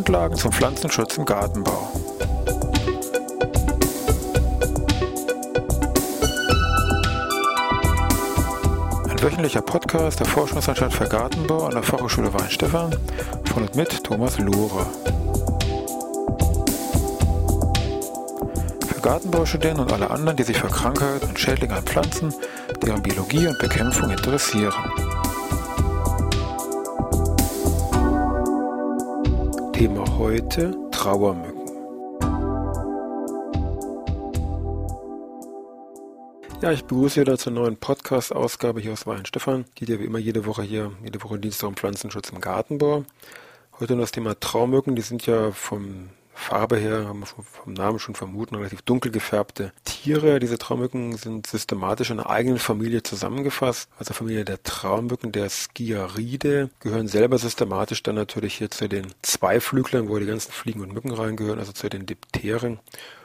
Grundlagen zum Pflanzenschutz im Gartenbau. Ein wöchentlicher Podcast der Forschungsanstalt für Gartenbau an der Fachhochschule Weihenstephan von und mit Thomas Lohrer. Für Gartenbaustudenten und alle anderen, die sich für Krankheiten und Schädlinge an Pflanzen, deren Biologie und Bekämpfung interessieren. Thema heute: Trauermücken. Ja, ich begrüße wieder zur neuen Podcast-Ausgabe hier aus Weihenstephan. Geht ja wie immer jede Woche Dienstag um Pflanzenschutz im Gartenbau. Heute nur das Thema Trauermücken. Die sind ja vom Farbe her, haben wir vom Namen schon vermuten, relativ dunkel gefärbte Tiere. Diese Trauermücken sind systematisch in einer eigenen Familie zusammengefasst. Also Familie der Trauermücken, der Sciaridae, gehören selber systematisch dann natürlich hier zu den Zweiflüglern, wo die ganzen Fliegen und Mücken reingehören, also zu den Dipteren.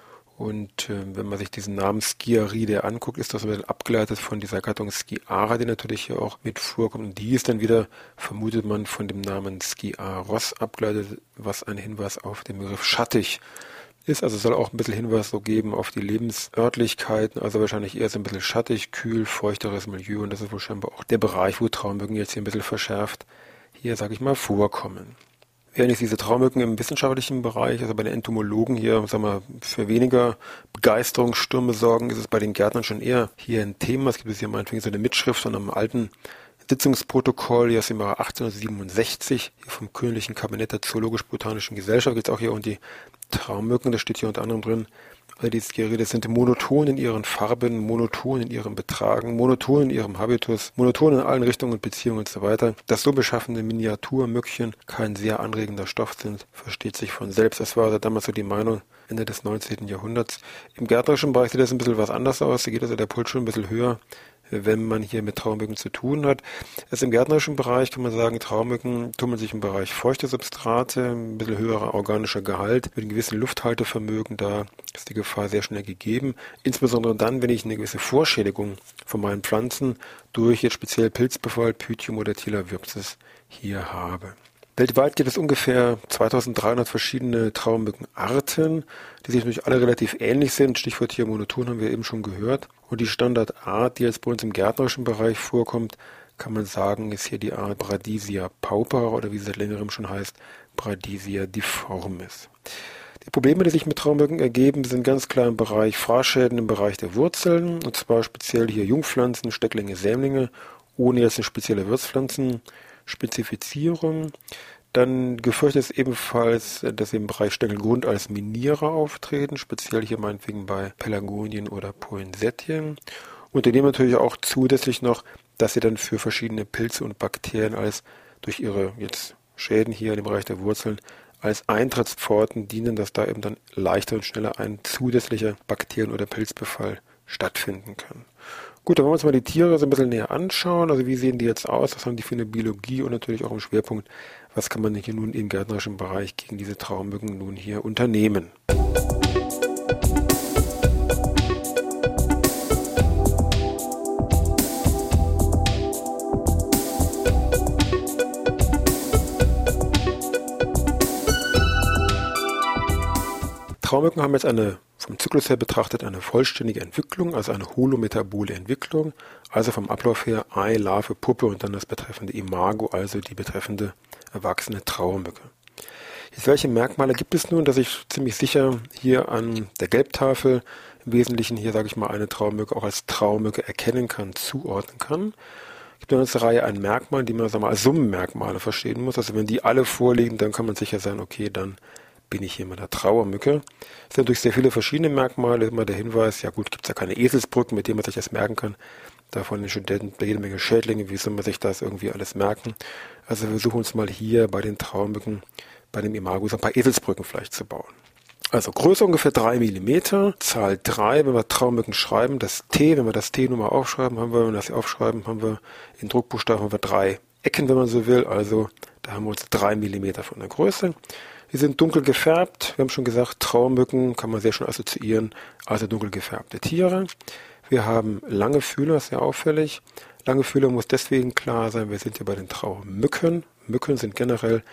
Und wenn man sich diesen Namen Sciaridae anguckt, ist das ein bisschen abgeleitet von dieser Gattung Sciara, die natürlich hier auch mit vorkommt. Und die ist dann wieder, vermutet man, von dem Namen Sciaros abgeleitet, was ein Hinweis auf den Begriff schattig ist. Also soll auch ein bisschen Hinweis so geben auf die Lebensörtlichkeiten, also wahrscheinlich eher so ein bisschen schattig, kühl, feuchteres Milieu. Und das ist wohl scheinbar auch der Bereich, wo Trauermücken jetzt hier ein bisschen verschärft hier, sage ich mal, vorkommen. Während jetzt diese Trauermücken im wissenschaftlichen Bereich, also bei den Entomologen hier, sagen wir, für weniger Begeisterungsstürme sorgen, ist es bei den Gärtnern schon eher hier ein Thema. Es gibt hier meinetwegen so eine Mitschrift von einem alten Sitzungsprotokoll, hier aus dem Jahre 1867, hier vom Königlichen Kabinett der Zoologisch-Botanischen Gesellschaft, geht es auch hier um die Trauermücken, da steht hier unter anderem drin, also die Sciaridae sind monoton in ihren Farben, monoton in ihrem Betragen, monoton in ihrem Habitus, monoton in allen Richtungen und Beziehungen und so weiter. Dass so beschaffene Miniaturmückchen kein sehr anregender Stoff sind, versteht sich von selbst. Das war also damals so die Meinung Ende des 19. Jahrhunderts. Im gärtnerischen Bereich sieht das ein bisschen was anders aus. Da geht also der Puls schon ein bisschen höher, wenn man hier mit Trauermücken zu tun hat. Also im gärtnerischen Bereich kann man sagen, Trauermücken tummeln sich im Bereich feuchte Substrate, ein bisschen höherer organischer Gehalt, mit einem gewissen Lufthaltevermögen, da ist die Gefahr sehr schnell gegeben. Insbesondere dann, wenn ich eine gewisse Vorschädigung von meinen Pflanzen durch jetzt speziell Pilzbefall, Pythium oder Thylavirpsis hier habe. Weltweit gibt es ungefähr 2300 verschiedene Trauermückenarten, die sich natürlich alle relativ ähnlich sind. Stichwort hier monoton haben wir eben schon gehört. Und die Standardart, die jetzt bei uns im gärtnerischen Bereich vorkommt, kann man sagen, ist hier die Art Bradisia paupera oder wie sie seit längerem schon heißt, Bradisia difformis. Die Probleme, die sich mit Trauermücken ergeben, sind ganz klar im Bereich Fraßschäden im Bereich der Wurzeln, und zwar speziell hier Jungpflanzen, Stecklinge, Sämlinge, ohne jetzt eine spezielle Wirtspflanzenspezifizierung. Dann gefürchtet ist ebenfalls, dass sie im Bereich Stängelgrund als Minierer auftreten, speziell hier meinetwegen bei Pelargonien oder Poinsettien. Und daneben natürlich auch zusätzlich noch, dass sie dann für verschiedene Pilze und Bakterien als durch ihre jetzt Schäden hier im Bereich der Wurzeln als Eintrittspforten dienen, dass da eben dann leichter und schneller ein zusätzlicher Bakterien- oder Pilzbefall stattfinden kann. Gut, dann wollen wir uns mal die Tiere so ein bisschen näher anschauen. Also wie sehen die jetzt aus? Was haben die für eine Biologie? Und natürlich auch im Schwerpunkt, was kann man hier nun im gärtnerischen Bereich gegen diese Trauermücken nun hier unternehmen? Trauermücken haben jetzt vom Zyklus her betrachtet eine vollständige Entwicklung, also eine holometabole Entwicklung, also vom Ablauf her Ei, Larve, Puppe und dann das betreffende Imago, also die betreffende erwachsene Trauermücke. Jetzt welche Merkmale gibt es nun, dass ich ziemlich sicher hier an der Gelbtafel im Wesentlichen hier, sage ich mal, eine Trauermücke auch als Trauermücke erkennen kann, zuordnen kann? Es gibt eine ganze Reihe an Merkmalen, die man, sagen wir mal, als Summenmerkmale verstehen muss. Also wenn die alle vorliegen, dann kann man sicher sein, okay, dann bin ich hier mit der Trauermücke. Es sind natürlich sehr viele verschiedene Merkmale. Immer der Hinweis, ja gut, gibt es ja keine Eselsbrücken, mit denen man sich das merken kann. Davon den Studenten jede Menge Schädlinge, wie soll man sich das irgendwie alles merken? Also wir versuchen uns mal hier bei den Trauermücken, bei dem Imago, so ein paar Eselsbrücken vielleicht zu bauen. Also Größe ungefähr 3 mm, Zahl 3, wenn wir Trauermücken schreiben, das T, wenn wir das T nun mal aufschreiben, haben wir in Druckbuchstaben haben wir 3 Ecken, wenn man so will, also da haben wir uns 3 mm von der Größe. Die sind dunkel gefärbt. Wir haben schon gesagt, Trauermücken kann man sehr schön assoziieren, also dunkel gefärbte Tiere. Wir haben lange Fühler, sehr auffällig. Lange Fühler muss deswegen klar sein, wir sind hier bei den Trauermücken. Mücken sind generell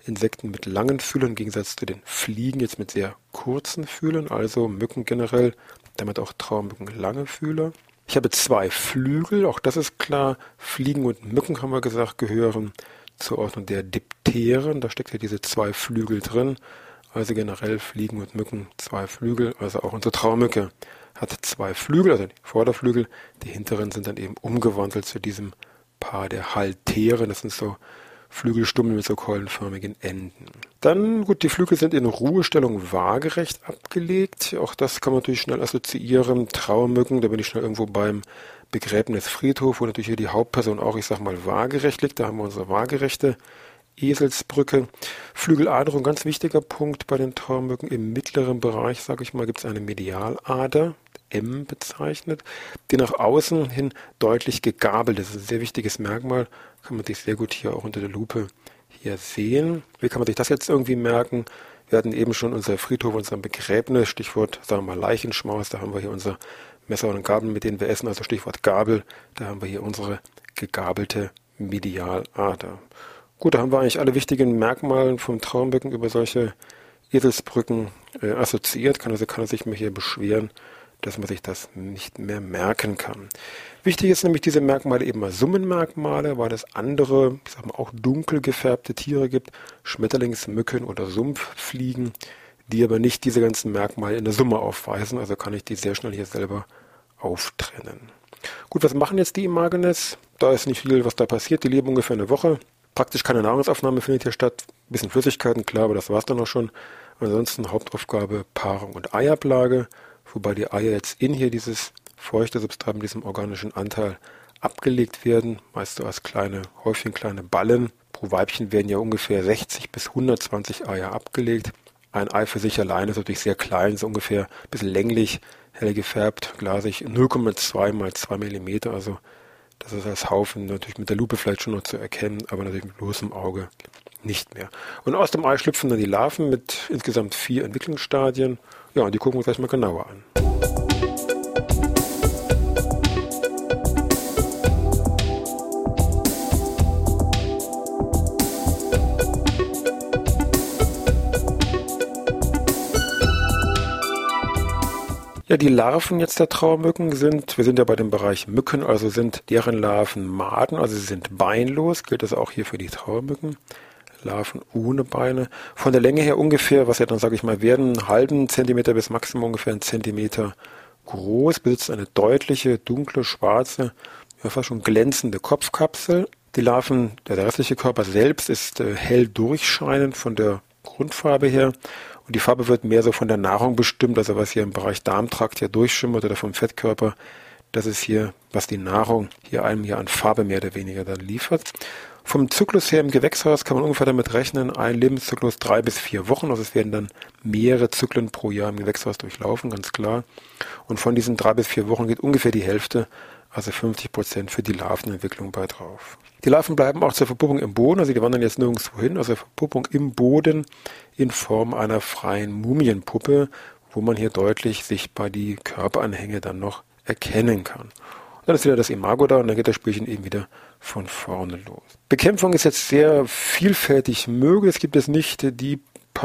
Insekten mit langen Fühlern im Gegensatz zu den Fliegen jetzt mit sehr kurzen Fühlern, also Mücken generell, damit auch Trauermücken lange Fühler. Ich habe 2 Flügel, auch das ist klar. Fliegen und Mücken, haben wir gesagt, gehören zur Ordnung der Dipteren. Da steckt ja diese 2 Flügel drin. Also generell Fliegen und Mücken 2 Flügel. Also auch unsere Trauermücke hat 2 Flügel, also die Vorderflügel. Die hinteren sind dann eben umgewandelt zu diesem Paar der Halteren. Das sind so Flügelstummel mit so keulenförmigen Enden. Dann, gut, die Flügel sind in Ruhestellung waagerecht abgelegt. Auch das kann man natürlich schnell assoziieren. Trauermücken, da bin ich schnell irgendwo beim Begräbnisfriedhof, wo natürlich hier die Hauptperson auch, ich sag mal, waagerecht liegt. Da haben wir unsere waagerechte Eselsbrücke. Flügeladerung, ganz wichtiger Punkt bei den Trauermücken. Im mittleren Bereich, sage ich mal, gibt es eine Medialader, M bezeichnet, die nach außen hin deutlich gegabelt ist. Das ist ein sehr wichtiges Merkmal, kann man sich sehr gut hier auch unter der Lupe hier sehen. Wie kann man sich das jetzt irgendwie merken? Wir hatten eben schon unser Friedhof, unser Begräbnis, Stichwort, sagen wir mal, Leichenschmaus, da haben wir hier unser Messer und Gabel, mit denen wir essen, also Stichwort Gabel, da haben wir hier unsere gegabelte Medialader. Gut, da haben wir eigentlich alle wichtigen Merkmale vom Trauermücken über solche Eselsbrücken assoziiert. Kann er sich mir hier beschweren, dass man sich das nicht mehr merken kann. Wichtig ist nämlich diese Merkmale eben mal Summenmerkmale, weil es andere, ich sag mal, auch dunkel gefärbte Tiere gibt, Schmetterlingsmücken oder Sumpffliegen, die aber nicht diese ganzen Merkmale in der Summe aufweisen. Also kann ich die sehr schnell hier selber auftrennen. Gut, was machen jetzt die Imagines? Da ist nicht viel, was da passiert. Die leben ungefähr eine Woche. Praktisch keine Nahrungsaufnahme findet hier statt. Ein bisschen Flüssigkeiten, klar, aber das war's dann auch schon. Ansonsten Hauptaufgabe Paarung und Eiablage, wobei die Eier jetzt in hier dieses feuchte Substrat mit diesem organischen Anteil abgelegt werden, meist so als kleine Häufchen, kleine Ballen. Pro Weibchen werden ja ungefähr 60 bis 120 Eier abgelegt. Ein Ei für sich alleine ist natürlich sehr klein, so ungefähr ein bisschen länglich, hell gefärbt, glasig, 0,2 mal 2 mm, also das ist als Haufen natürlich mit der Lupe vielleicht schon noch zu erkennen, aber natürlich mit bloßem Auge nicht mehr. Und aus dem Ei schlüpfen dann die Larven mit insgesamt 4 Entwicklungsstadien. Ja, und die gucken wir uns gleich mal genauer an. Ja, die Larven jetzt der Trauermücken wir sind ja bei dem Bereich Mücken, also sind deren Larven Maden, also sie sind beinlos, gilt das auch hier für die Trauermücken. Larven ohne Beine. Von der Länge her ungefähr, was ja dann, sage ich mal, werden, einen halben Zentimeter bis maximal ungefähr 1 Zentimeter groß, besitzt eine deutliche, dunkle, schwarze, ja fast schon glänzende Kopfkapsel. Die Larven, der restliche Körper selbst ist hell durchscheinend von der Grundfarbe her. Und die Farbe wird mehr so von der Nahrung bestimmt, also was hier im Bereich Darmtrakt hier durchschimmert oder vom Fettkörper. Das ist hier, was die Nahrung hier einem hier an Farbe mehr oder weniger dann liefert. Vom Zyklus her im Gewächshaus kann man ungefähr damit rechnen, ein Lebenszyklus 3 bis 4 Wochen. Also es werden dann mehrere Zyklen pro Jahr im Gewächshaus durchlaufen, ganz klar. Und von diesen 3 bis 4 Wochen geht ungefähr die Hälfte, also 50% für die Larvenentwicklung bei drauf. Die Larven bleiben auch zur Verpuppung im Boden, also die wandern jetzt nirgendwo hin, also Verpuppung im Boden in Form einer freien Mumienpuppe, wo man hier deutlich sichtbar die Körperanhänge dann noch erkennen kann. Und dann ist wieder das Imago da und dann geht das Spielchen eben wieder von vorne los. Bekämpfung ist jetzt sehr vielfältig möglich. Es gibt jetzt nicht die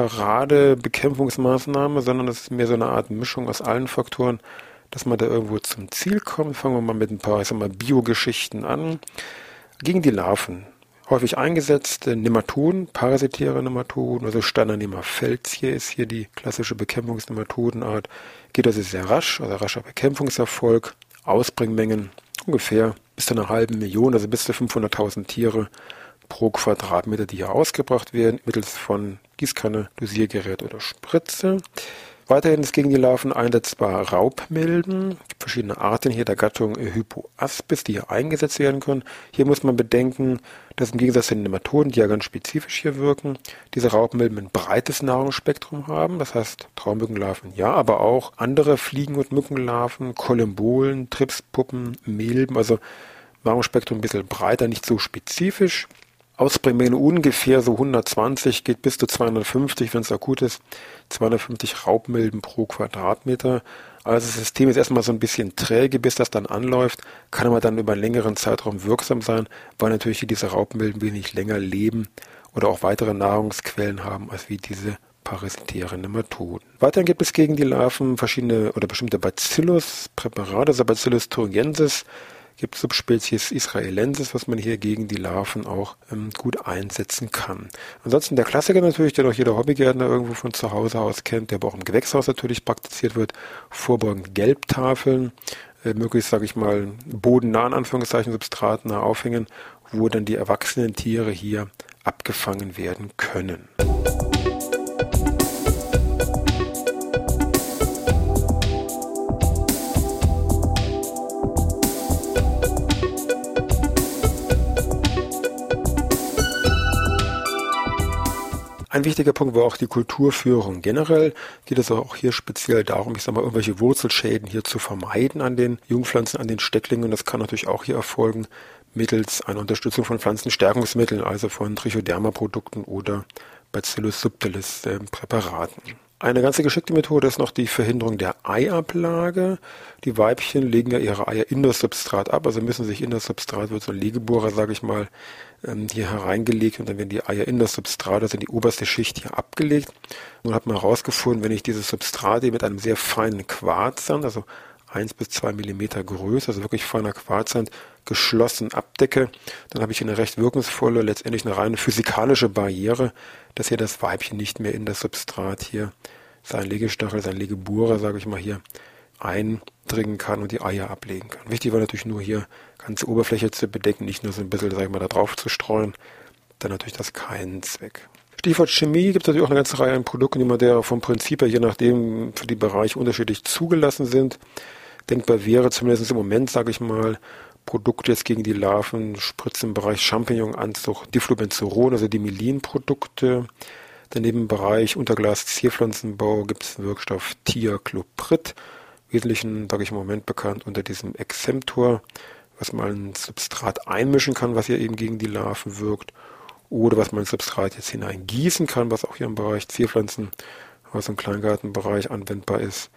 Paradebekämpfungsmaßnahme, sondern es ist mehr so eine Art Mischung aus allen Faktoren, dass man da irgendwo zum Ziel kommt. Fangen wir mal mit ein paar, Biogeschichten an. Gegen die Larven häufig eingesetzt Nematoden, parasitäre Nematoden, also Steinernehmer Felzie ist hier die klassische Bekämpfungsnematodenart. Geht also sehr rasch, also rascher Bekämpfungserfolg. Ausbringmengen ungefähr bis zu 500.000, also bis zu 500.000 Tiere pro Quadratmeter, die hier ausgebracht werden, mittels von Gießkanne, Dosiergerät oder Spritze. Weiterhin ist gegen die Larven einsetzbar Raubmilben. Es gibt verschiedene Arten hier der Gattung Hypoaspis, die hier eingesetzt werden können. Hier muss man bedenken, dass im Gegensatz zu den Nematoden, die ja ganz spezifisch hier wirken, diese Raubmilben ein breites Nahrungsspektrum haben. Das heißt Trauermückenlarven, ja, aber auch andere Fliegen- und Mückenlarven, Kollembolen, Tripspuppen, Milben, also Nahrungsspektrum ein bisschen breiter, nicht so spezifisch. Ausbringmenge ungefähr so 120, geht bis zu 250, wenn es akut ist, 250 Raubmilben pro Quadratmeter. Also das System ist erstmal so ein bisschen träge, bis das dann anläuft, kann aber dann über einen längeren Zeitraum wirksam sein, weil natürlich diese Raubmilben wenig länger leben oder auch weitere Nahrungsquellen haben, als wie diese parasitären Nematoden. Weiterhin gibt es gegen die Larven verschiedene oder bestimmte Bacillus-Präparate, also Bacillus thuringiensis, gibt es Subspezies israelensis, was man hier gegen die Larven auch gut einsetzen kann. Ansonsten der Klassiker natürlich, den auch jeder Hobbygärtner irgendwo von zu Hause aus kennt, der aber auch im Gewächshaus natürlich praktiziert wird, vorbeugend Gelbtafeln, möglichst, sage ich mal, bodennah in Anführungszeichen substratnah aufhängen, wo dann die erwachsenen Tiere hier abgefangen werden können. Ein wichtiger Punkt war auch die Kulturführung. Generell geht es auch hier speziell darum, irgendwelche Wurzelschäden hier zu vermeiden an den Jungpflanzen, an den Stecklingen. Und das kann natürlich auch hier erfolgen mittels einer Unterstützung von Pflanzenstärkungsmitteln, also von Trichoderma-Produkten oder Bacillus subtilis Präparaten. Eine ganz geschickte Methode ist noch die Verhinderung der Eiablage. Die Weibchen legen ja ihre Eier in das Substrat ab, also müssen sich in das Substrat, wird so ein Legebohrer, sage ich mal, hier hereingelegt und dann werden die Eier in das Substrat, also in die oberste Schicht hier abgelegt. Nun hat man herausgefunden, wenn ich dieses Substrat mit einem sehr feinen Quarzsand, also 1 bis 2 Millimeter Größe, also wirklich feiner Quarzsand, geschlossen abdecke, dann habe ich eine recht wirkungsvolle, letztendlich eine reine physikalische Barriere, dass hier das Weibchen nicht mehr in das Substrat hier sein Legestachel, sein Legebohrer, sage ich mal hier, eindringen kann und die Eier ablegen kann. Wichtig war natürlich nur hier ganze Oberfläche zu bedecken, nicht nur so ein bisschen, sage ich mal, da drauf zu streuen, dann natürlich das keinen Zweck. Stichwort Chemie, gibt es natürlich auch eine ganze Reihe an Produkten, die man der vom Prinzip her, je nachdem für die Bereiche unterschiedlich zugelassen sind. Denkbar wäre zumindest im Moment, sage ich mal, Produkte jetzt gegen die Larven, Spritzen im Bereich Champignonanzucht, Diflubenzuron, also die Myelin-Produkte. Daneben im Bereich Unterglas-Zierpflanzenbau gibt es den Wirkstoff Thiacloprid, im Wesentlichen, sage ich im Moment, bekannt unter diesem Exemptor, was man ins Substrat einmischen kann, was hier eben gegen die Larven wirkt, oder was man ins Substrat jetzt hineingießen kann, was auch hier im Bereich Zierpflanzen, was im Kleingartenbereich anwendbar ist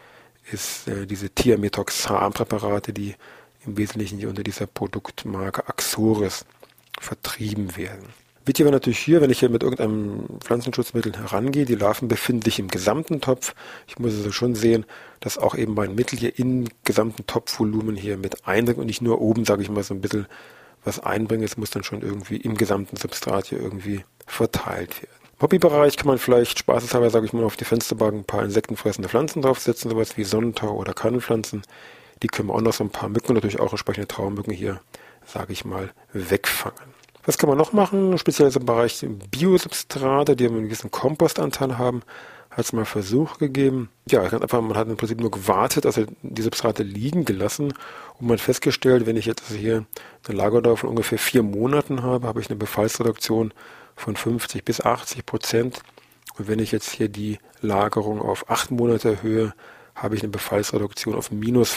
diese Thiamethoxam-Präparate, die im Wesentlichen hier unter dieser Produktmarke Axoris vertrieben werden. Wichtig war natürlich hier, wenn ich hier mit irgendeinem Pflanzenschutzmittel herangehe, die Larven befinden sich im gesamten Topf. Ich muss also schon sehen, dass auch eben mein Mittel hier im gesamten Topfvolumen hier mit eindringt und nicht nur oben, sage ich mal, so ein bisschen was einbringe. Es muss dann schon irgendwie im gesamten Substrat hier irgendwie verteilt werden. Im Hobbybereich kann man vielleicht spaßeshalber, sage ich mal, auf die Fensterbank ein paar insektenfressende Pflanzen draufsetzen, sowas wie Sonnentau oder Kannenpflanzen. Die können wir auch noch so ein paar Mücken und natürlich auch entsprechende Trauermücken hier, sage ich mal, wegfangen. Was kann man noch machen? Speziell im Bereich Biosubstrate, die einen gewissen Kompostanteil haben, hat es mal Versuch gegeben. Ja, ganz einfach, man hat im Prinzip nur gewartet, also die Substrate liegen gelassen und man hat festgestellt, wenn ich jetzt also hier eine Lagerdauer von ungefähr 4 Monaten habe, habe ich eine Befallsreduktion von 50 bis 80%. Und wenn ich jetzt hier die Lagerung auf 8 Monate erhöhe, habe ich eine Befallsreduktion auf minus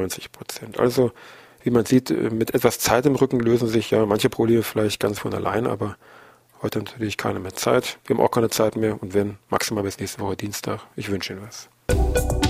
95%. Also, wie man sieht, mit etwas Zeit im Rücken lösen sich ja manche Probleme vielleicht ganz von allein, aber heute natürlich keine mehr Zeit. Wir haben auch keine Zeit mehr und wenn, maximal bis nächste Woche Dienstag. Ich wünsche Ihnen was.